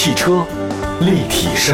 汽车立体声。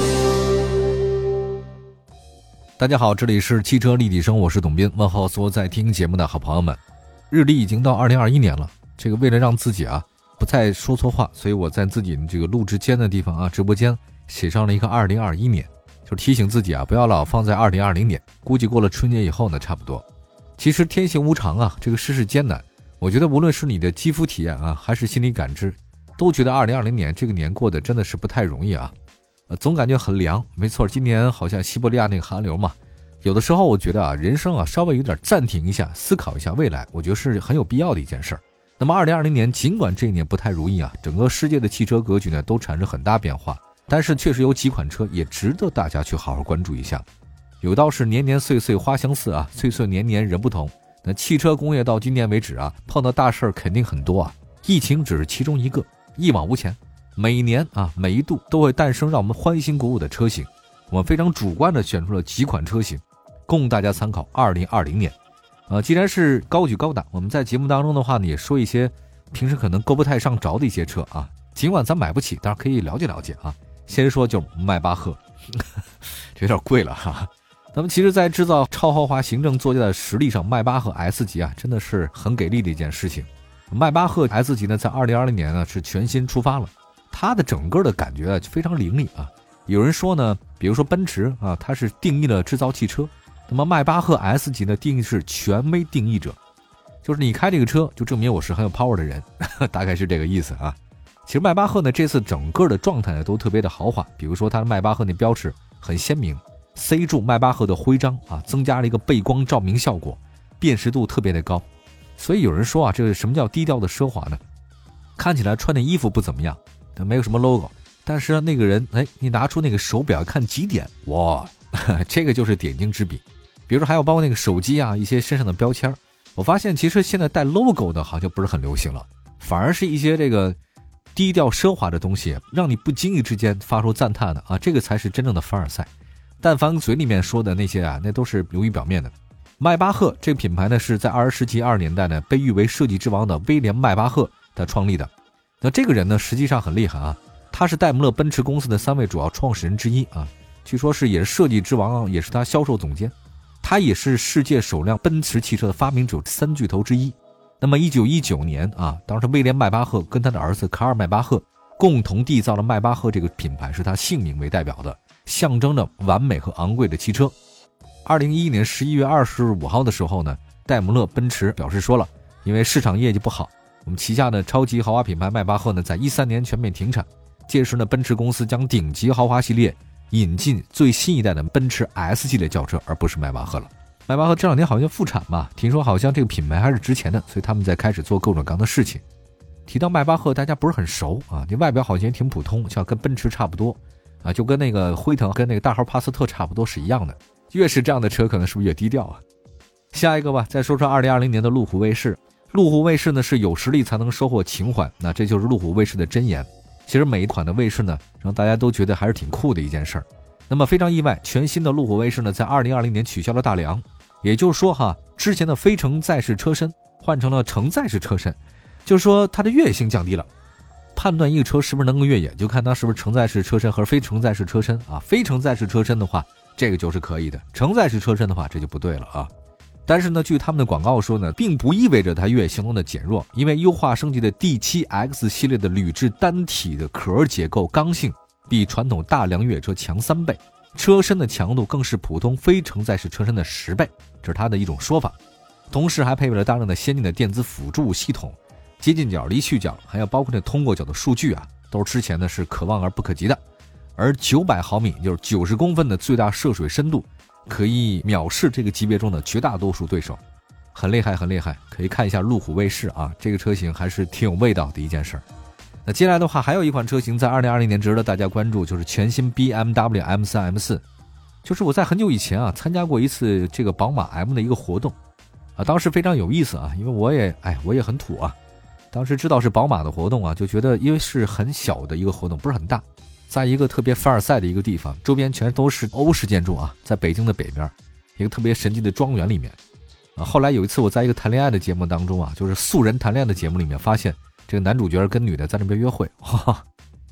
大家好，这里是汽车立体声，我是董斌，问候所有在听节目的好朋友们。日历已经到2021年了，这个为了让自己不再说错话，所以我在自己这个录制间的地方直播间写上了一个2021年，就是提醒自己不要老放在2020年，估计过了春节以后呢差不多。其实天行无常这个世事艰难，我觉得无论是你的肌肤体验还是心理感知，都觉得2020年这个年过得真的是不太容易总感觉很凉。没错，今年好像西伯利亚那个寒流嘛，有的时候我觉得人生稍微有点暂停一下，思考一下未来，我觉得是很有必要的一件事儿。那么2020年尽管这一年不太如意整个世界的汽车格局呢都产生很大变化，但是确实有几款车也值得大家去好好关注一下。有道是年年岁岁花相似岁岁年年人不同。那汽车工业到今年为止碰到大事肯定很多疫情只是其中一个，一往无前。每年每一度都会诞生让我们欢欣鼓舞的车型，我们非常主观的选出了几款车型供大家参考。2020年既然是高举高打，我们在节目当中的话呢也说一些平时可能够不太上着的一些车尽管咱买不起，当然可以了解了解先说就迈巴赫这有点贵了那么其实在制造超豪华行政座驾的实力上，迈巴赫 S 级真的是很给力的一件事情。迈巴赫 S 级呢在2020年呢是全新出发了，它的整个的感觉非常凌厉有人说呢，比如说奔驰它是定义了制造汽车，那么迈巴赫 S 级呢定义是权威定义者，就是你开这个车就证明我是很有 power 的人大概是这个意思其实迈巴赫呢这次整个的状态呢都特别的豪华，比如说它的迈巴赫那标志很鲜明，塞住迈巴赫的徽章增加了一个背光照明效果，辨识度特别的高。所以有人说这个什么叫低调的奢华呢？看起来穿的衣服不怎么样，没有什么 logo， 但是那个人你拿出那个手表看几点，哇这个就是点睛之笔。比如说还有包括那个手机一些身上的标签，我发现其实现在带 logo 的好像不是很流行了，反而是一些这个低调奢华的东西让你不经意之间发出赞叹的这个才是真正的凡尔赛。但凡嘴里面说的那些那都是流于表面的。迈巴赫这个品牌呢是在20世纪20年代呢被誉为设计之王的威廉迈巴赫他创立的。那这个人呢实际上很厉害他是戴姆勒奔驰公司的3位主要创始人之一据说也是设计之王也是他销售总监。他也是世界首辆奔驰汽车的发明者3巨头之一。那么1919年当时威廉迈巴赫跟他的儿子卡尔迈巴赫共同缔造了迈巴赫这个品牌，是他姓名为代表的，象征着完美和昂贵的汽车。2011年11月25号的时候呢，戴姆勒奔驰表示说了，因为市场业绩不好，我们旗下的超级豪华品牌迈巴赫呢在13年全面停产。届时呢，奔驰公司将顶级豪华系列引进最新一代的奔驰 S 系列轿车，而不是迈巴赫了。迈巴赫这2年好像复产嘛，听说好像这个品牌还是值钱的，所以他们在开始做各种各样的事情。提到迈巴赫大家不是很熟这外表好像也挺普通，像跟奔驰差不多就跟那个辉腾跟那个大号帕萨特差不多是一样的。越是这样的车可能是不是越低调下一个吧，再说说2020年的路虎卫士。路虎卫士呢是有实力才能收获情怀，那这就是路虎卫士的箴言。其实每一款的卫士呢让大家都觉得还是挺酷的一件事儿。那么非常意外，全新的路虎卫士呢在2020年取消了大梁，也就是说之前的非承载式车身换成了承载式车身，就是说它的越野性降低了。判断一个车是不是能够越野，就看它是不是承载式车身和非承载式车身非承载式车身的话，这个就是可以的；承载式车身的话，这就不对了但是呢，据他们的广告说呢，并不意味着它越野性能的减弱，因为优化升级的 D7X 系列的铝制单体的壳结构刚性比传统大梁越野车强3倍，车身的强度更是普通非承载式车身的10倍，这是它的一种说法。同时还配备了大量的先进的电子辅助系统，接近角、离去角，还有包括这通过角的数据都是之前呢是可望而不可及的。而900毫米就是90公分的最大涉水深度，可以藐视这个级别中的绝大多数对手，很厉害很厉害。可以看一下路虎卫士这个车型还是挺有味道的一件事。那接下来的话还有一款车型在2020年值得大家关注，就是全新 BMW M3 M4。就是我在很久以前参加过一次这个宝马 M 的一个活动当时非常有意思因为我也很土当时知道是宝马的活动就觉得因为是很小的一个活动，不是很大，在一个特别凡尔赛的一个地方，周边全都是欧式建筑在北京的北边一个特别神奇的庄园里面后来有一次我在一个谈恋爱的节目当中就是素人谈恋爱的节目里面，发现这个男主角跟女的在那边约会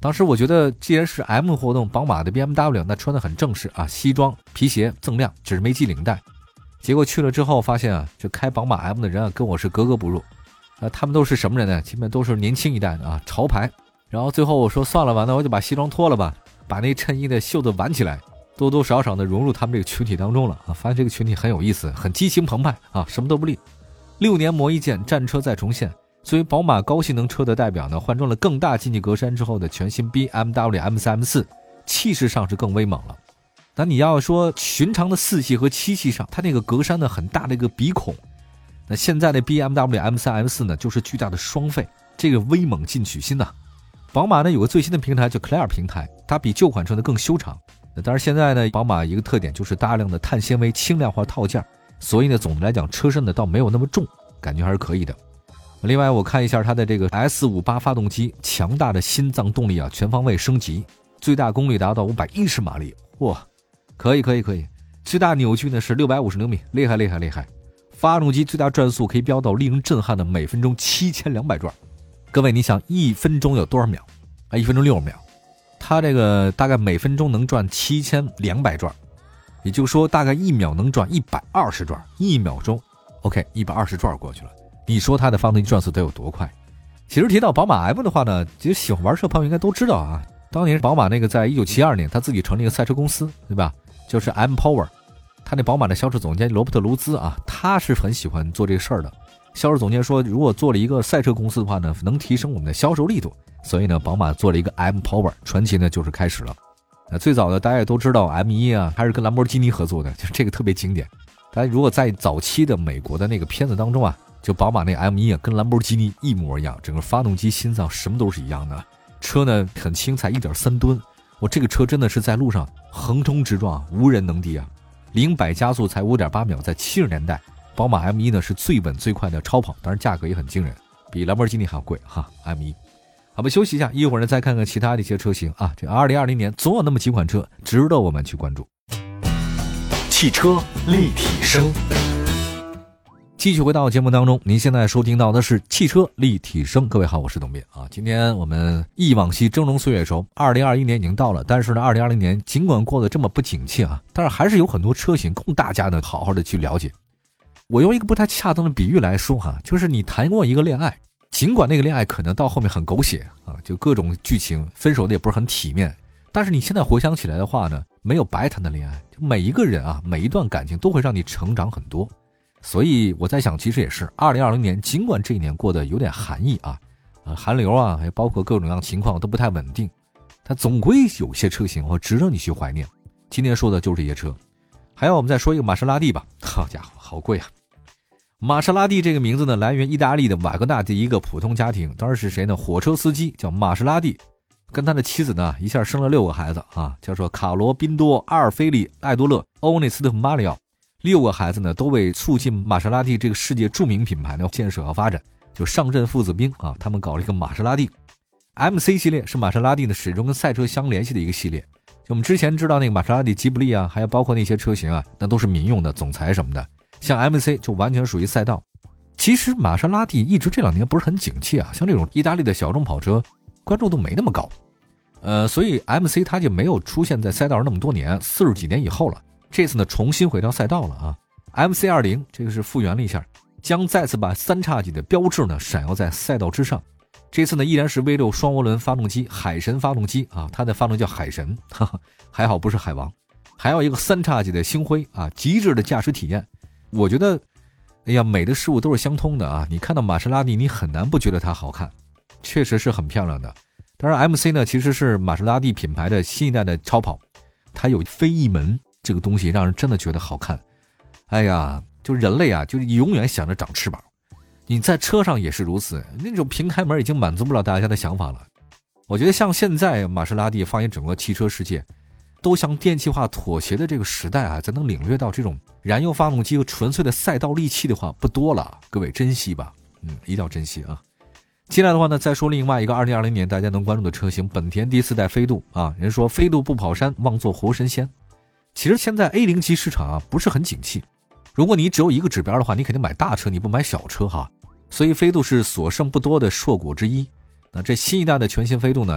当时我觉得既然是 M 活动，宝马的 BMW 那穿得很正式啊，西装皮鞋锃亮，只是没系领带。结果去了之后发现啊，这开宝马 M 的人啊跟我是格格不入。他们都是什么人呢？基本都是年轻一代的啊，潮牌。然后最后我说算了吧，那我就把西装脱了吧，把那衬衣的袖子挽起来，多多少少的融入他们这个群体当中了啊。发现这个群体很有意思，很激情澎湃啊，什么都不吝。6年磨一剑，战车再重现。作为宝马高性能车的代表呢，换装了更大进气格栅之后的全新 BMW M3、M4， 气势上是更威猛了。那你要说寻常的4系和7系上，它那个格栅呢很大的一个鼻孔，那现在的 BMW M3、M4 呢就是巨大的双肺，这个威猛进取心呐。宝马呢有个最新的平台叫 Clear 平台，它比旧款车呢更修长。当然现在呢，宝马一个特点就是大量的碳纤维轻量化套件，所以呢总的来讲车身呢倒没有那么重，感觉还是可以的。另外我看一下它的这个 S58 发动机，强大的心脏动力啊，全方位升级，最大功率达到510马力，哇，可以。最大扭矩呢是650牛米，厉害。发动机最大转速可以飙到令人震撼的每分钟7200转。各位你想1分钟有多少秒？1分钟60秒，它这个大概每分钟能转7200转，也就是说大概1秒能转120转，1秒钟 OK 120转过去了。你说它的发动机转速得有多快？其实提到宝马 M 的话呢，其实喜欢玩车朋友应该都知道啊，当年宝马那个在1972年他自己成立一个赛车公司，对吧？就是 M Power， 他那宝马的销售总监罗伯特卢兹啊，他是很喜欢做这个事儿的。销售总监说，如果做了一个赛车公司的话呢，能提升我们的销售力度，所以呢，宝马做了一个 M Power， 传奇呢就是开始了。最早的大家也都知道 M1 啊，还是跟兰博基尼合作的，就这个特别经典。大家如果在早期的美国的那个片子当中啊，就宝马那 M1 啊，跟兰博基尼一模一样，整个发动机、心脏什么都是一样的。车呢很轻，才 1.3 吨，我这个车真的是在路上横冲直撞，无人能敌啊！0-100加速才 5.8 秒，在70年代，宝马 M1 呢是最稳最快的超跑，当然价格也很惊人，比兰博基尼还要贵哈 M1。好吧，休息一下，一会儿呢再看看其他的一些车型啊。这2020年总有那么几款车值得我们去关注。 汽车立体声， 继续回到节目当中，您现在收听到的是汽车立体声。各位好，我是董斌啊。今天我们忆往昔，峥嵘岁月稠。2021年已经到了，但是呢，2020年尽管过得这么不景气啊，但是还是有很多车型供大家呢好好的去了解。我用一个不太恰当的比喻来说哈，就是你谈过一个恋爱，尽管那个恋爱可能到后面很狗血啊，就各种剧情，分手的也不是很体面，但是你现在回想起来的话呢，没有白谈的恋爱，就每一个人啊，每一段感情都会让你成长很多。所以我在想，其实也是2020年，尽管这一年过得有点寒意啊，寒流啊，还包括各种各样情况都不太稳定，它总归有些车型会值得你去怀念。今天说的就是这些车。还有我们再说一个玛莎拉蒂吧，好家伙，好贵啊！玛莎拉蒂这个名字呢，来源意大利的瓦格纳的一个普通家庭，当然是谁呢？火车司机叫玛莎拉蒂，跟他的妻子呢，一下生了6个孩子啊，叫做卡罗、宾多、阿尔菲利、艾多勒、欧内斯特、马里奥。6个孩子呢，都为促进玛莎拉蒂这个世界著名品牌的建设和发展，就上阵父子兵啊，他们搞了一个玛莎拉蒂 MC 系列，是玛莎拉蒂呢始终跟赛车相联系的一个系列。就我们之前知道那个玛莎拉蒂吉卜力啊，还有包括那些车型啊，那都是民用的，总裁什么的。像 MC 就完全属于赛道。其实玛莎拉蒂一直这2年不是很景气啊，像这种意大利的小众跑车关注度没那么高，所以 MC 它就没有出现在赛道上那么多年，40几年以后了。这次呢重新回到赛道了啊 ，MC20 这个是复原了一下，将再次把3叉戟的标志呢闪耀在赛道之上。这次呢依然是 V6 双涡轮发动机，海神发动机啊，它的发动机叫海神，哈哈，还好不是海王。还有一个3叉戟的星辉啊，极致的驾驶体验。我觉得，哎呀，美的事物都是相通的啊！你看到玛莎拉蒂，你很难不觉得它好看，确实是很漂亮的。当然 MC 呢其实是玛莎拉蒂品牌的新一代的超跑，它有飞翼门这个东西，让人真的觉得好看。哎呀，就人类啊，就是永远想着长翅膀，你在车上也是如此，那种平开门已经满足不了大家的想法了。我觉得像现在玛莎拉蒂放眼整个汽车世界，都向电气化妥协的这个时代啊，才能领略到这种燃油发动机和纯粹的赛道利器的话不多了，各位珍惜吧，一定要珍惜啊。接下来的话呢，再说另外一个2020年大家能关注的车型，本田第4代飞度啊，人说飞度不跑山，妄做活神仙。其实现在 A0 级市场啊不是很景气，如果你只有一个指标的话，你肯定买大车，你不买小车哈。所以飞度是所剩不多的硕果之一。那这新一代的全新飞度呢，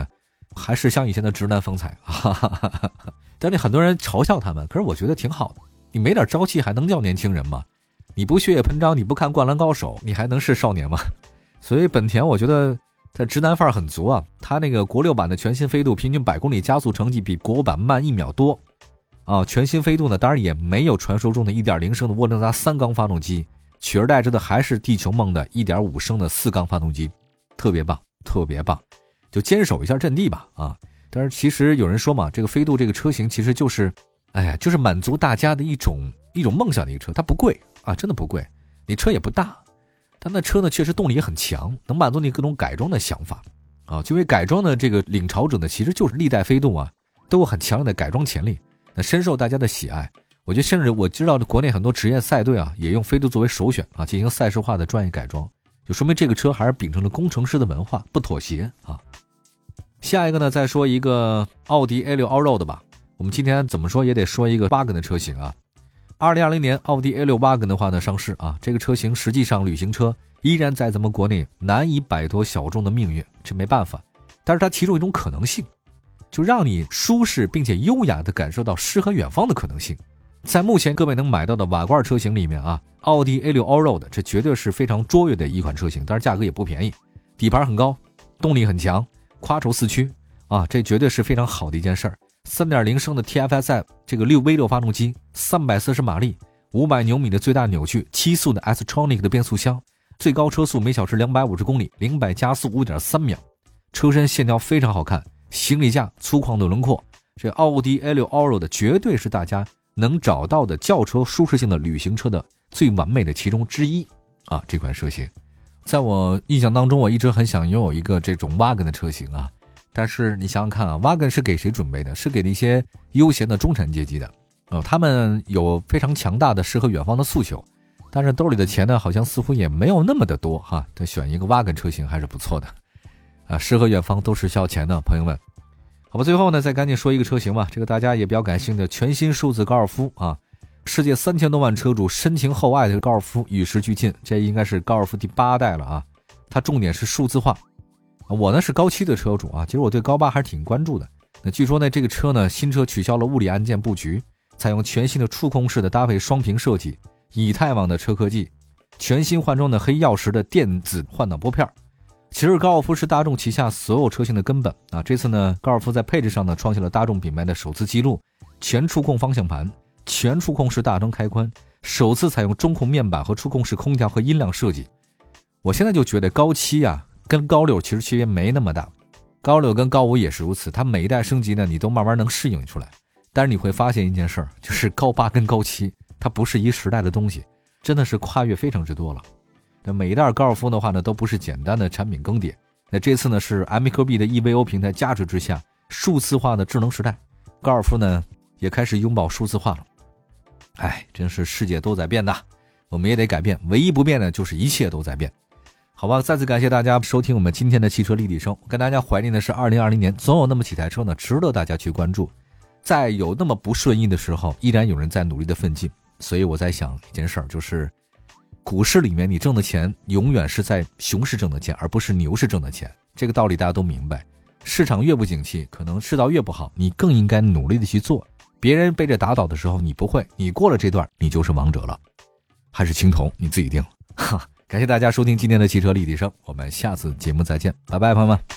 还是像以前的直男风采，但是很多人嘲笑他们，可是我觉得挺好的。你没点朝气还能叫年轻人吗？你不血液喷张，你不看灌篮高手，你还能是少年吗？所以本田我觉得它直男范儿很足啊，它那个国六版的全新飞度平均100公里加速成绩比国五版慢1秒多啊。全新飞度呢，当然也没有传说中的 1.0 升的涡轮增压3缸发动机，取而代之的还是地球梦的 1.5 升的4缸发动机，特别棒，特别棒，就坚守一下阵地吧啊！但是其实有人说嘛，这个飞度这个车型其实就是，就是满足大家的一种梦想的一个车，它不贵啊，真的不贵，你车也不大。但那车呢，确实动力也很强，能满足你各种改装的想法啊。就因为改装的这个领潮者呢，其实就是历代飞度啊，都有很强烈的改装潜力，那深受大家的喜爱。我觉得甚至我知道的国内很多职业赛队啊，也用飞度作为首选啊，进行赛事化的专业改装，就说明这个车还是秉承了工程师的文化，不妥协啊。下一个呢，再说一个奥迪 A6 Allroad 吧。我们今天怎么说也得说一个 Wagon 的车型啊。2020年奥迪 A6 Wagon 的话呢上市啊，这个车型实际上旅行车依然在咱们国内难以摆脱小众的命运，这没办法。但是它其中一种可能性，就让你舒适并且优雅地感受到诗和远方的可能性。在目前各位能买到的瓦罐车型里面啊，奥迪 A6 Allroad 这绝对是非常卓越的一款车型，但是价格也不便宜，底盘很高，动力很强，quattro 4驱啊，这绝对是非常好的一件事儿。3.0 升的 TFSI 这个V6发动机，340马力，500牛米的最大扭矩，7速的 S-Tronic 的变速箱，最高车速每小时250公里，0百加速 5.3 秒，车身线条非常好看，行李架粗犷的轮廓，这奥迪 A6 Allroad 绝对是大家能找到的轿车舒适性的旅行车的最完美的其中之一啊！这款车型，在我印象当中，我一直很想拥有一个这种 Wagon 的车型啊。但是你想想看啊 ，Wagon 是给谁准备的？是给那些悠闲的中产阶级的，他们有非常强大的诗和远方的诉求，但是兜里的钱呢，好像似乎也没有那么的多哈。得选一个 Wagon 车型还是不错的，啊，诗和远方都是需要钱的，朋友们。好吧，最后呢，再赶紧说一个车型吧，这个大家也比较感兴趣的全新数字高尔夫啊，世界3000多万车主深情厚爱的高尔夫与时俱进，这应该是高尔夫第8代了啊，它重点是数字化。我呢是高7的车主啊，其实我对高8还是挺关注的。那据说呢，这个车呢，新车取消了物理按键布局，采用全新的触控式的搭配双屏设计，以太网的车科技，全新换装的黑曜石的电子换挡拨片。其实高尔夫是大众旗下所有车型的根本啊。这次呢，高尔夫在配置上呢创下了大众品牌的首次记录，全触控方向盘，全触控式大灯开关，首次采用中控面板和触控式空调和音量设计。我现在就觉得高7啊跟高6其实区别没那么大，高6跟高5也是如此，它每一代升级呢，你都慢慢能适应出来。但是你会发现一件事儿，就是高8跟高7它不是一时代的东西，真的是跨越非常之多了。那每一代高尔夫的话呢，都不是简单的产品更迭。那这次呢，是 Amico-B 的 EVO 平台加持之下，数字化的智能时代，高尔夫呢也开始拥抱数字化了。真是世界都在变的，我们也得改变，唯一不变的就是一切都在变。好吧，再次感谢大家收听我们今天的汽车立体声。跟大家怀念的是2020年，总有那么几台车呢，值得大家去关注。在有那么不顺意的时候，依然有人在努力的奋进。所以我在想一件事儿，就是股市里面你挣的钱，永远是在熊市挣的钱，而不是牛市挣的钱。这个道理大家都明白。市场越不景气，可能世道越不好，你更应该努力的去做。别人被这打倒的时候，你不会，你过了这段，你就是王者了。还是青铜，你自己定。感谢大家收听今天的汽车立体声，我们下次节目再见，拜拜，朋友们。